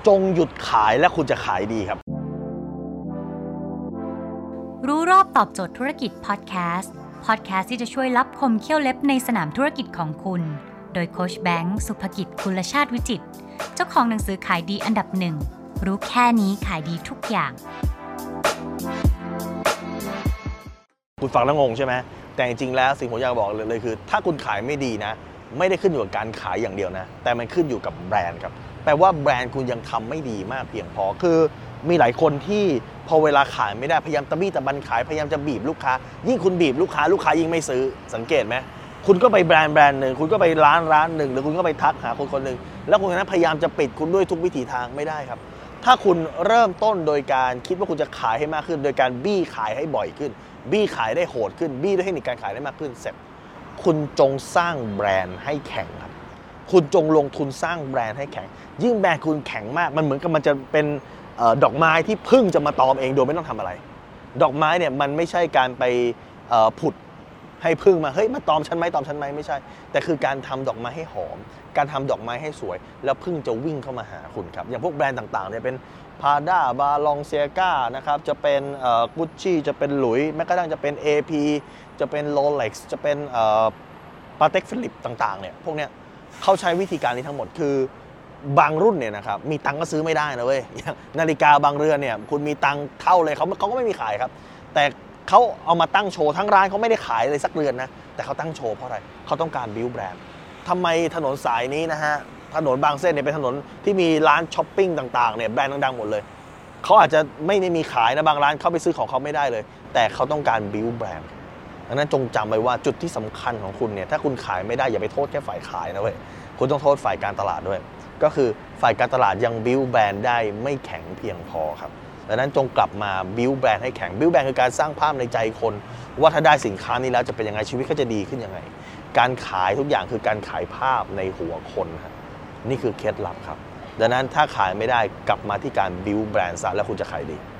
จงหยุดขายและคุณจะขายดีครับรู้รอบตอบโจทย์ธุรกิจพอดแคสต์ที่จะช่วยลับคมเขี้ยวเล็บในสนามธุรกิจของคุณโดยโค้ชแบงค์สุภกิจกุลชาติวิจิตรเจ้าของหนังสือขายดีอันดับหนึ่งรู้แค่นี้ขายดีทุกอย่างคุณฟังแล้วงงใช่ไหมแต่จริงๆแล้วสิ่งผมอยากบอกเลยคือถ้าคุณขายไม่ดีนะไม่ได้ขึ้นอยู่กับการขายอย่างเดียวนะแต่มันขึ้นอยู่กับแบรนด์ครับแปลว่าแบรนด์คุณยังทำไม่ดีมากเพียงพอคือมีหลายคนที่พอเวลาขายไม่ได้พยายามตะบี้ตะบันขายพยายามจะบีบลูกค้ายิ่งคุณบีบลูกค้ายิ่งไม่ซื้อสังเกตไหมคุณก็ไปแบรนด์หนึ่งคุณก็ไปร้านหนึ่งหรือคุณก็ไปทักหาคนหนึ่งแล้วคนนั้นพยายามจะปิดคุณด้วยทุกวิถีทางไม่ได้ครับถ้าคุณเริ่มต้นโดยการคิดว่าคุณจะขายให้มากขึ้นโดยการบี้ขายให้บ่อยขึ้นบี้ขายได้โหดขึ้นบี้ด้วยเทคนิคการขายได้มากขึ้นเสร็จคุณจงสร้างแบรนด์ให้แข็งครับคุณจงลงทุนสร้างแบรนด์ให้แข็งยิ่งแบรนด์คุณแข็งมากมันเหมือนกับมันจะเป็นดอกไม้ที่พึ่งจะมาตอมเองโดยไม่ต้องทำอะไรดอกไม้เนี่ยมันไม่ใช่การไปผุดให้พึ่งมาเฮ้ยมาตอมฉันไหมไม่ใช่แต่คือการทำดอกไม้ให้หอมการทำดอกไม้ให้สวยแล้วพึ่งจะวิ่งเข้ามาหาคุณครับอย่างพวกแบรนด์ต่างๆเนี่ยเป็นPrada Balenciaga นะครับจะเป็นGucci จะเป็นหลุยส์แม้กระทั่งจะเป็น AP จะเป็น Rolex จะเป็นPatek Philippe ต่างๆเนี่ยพวกเนี้ยเขาใช้วิธีการนี้ทั้งหมดคือบางรุ่นเนี่ยนะครับมีตังก็ซื้อไม่ได้นะเว้ยนาฬิกาบางเรือนเนี่ยคุณมีตังเท่าเลยเขาก็ไม่มีขายครับแต่เขาเอามาตั้งโชว์ทั้งร้านเขาไม่ได้ขายเลยสักเรือนนะแต่เขาตั้งโชว์เพราะอะไรเขาต้องการบิวแบรนด์ทำไมถนนสายนี้นะฮะถนนบางเส้นเนี่ยเป็นถนนที่มีร้านช้อปปิ้งต่างๆเนี่ยแบรนด์ดังๆหมดเลยเขาอาจจะไม่ได้มีขายนะบางร้านเข้าไปซื้อของเขาไม่ได้เลยแต่เขาต้องการบิวแบรนด์ดังนั้นจงจำไว้ว่าจุดที่สำคัญของคุณเนี่ยถ้าคุณขายไม่ได้อย่าไปโทษแค่ฝ่ายขายนะเว้ยคุณต้องโทษฝ่ายการตลาดด้วยก็คือฝ่ายการตลาดยังบิวแบรนด์ได้ไม่แข็งเพียงพอครับดังนั้นจงกลับมาบิวแบรนด์ให้แข็งบิวแบรนด์คือการสร้างภาพในใจคนว่าถ้าได้สินค้านี้แล้วจะเป็นยังไงชีวิตเขาจะดีขึ้นยังไงการขายทุกอย่างคือการขายภาพในหัวคนครับนี่คือเคล็ดลับครับดังนั้นถ้าขายไม่ได้กลับมาที่การบิวแบรนด์ซะแล้วคุณจะขายดี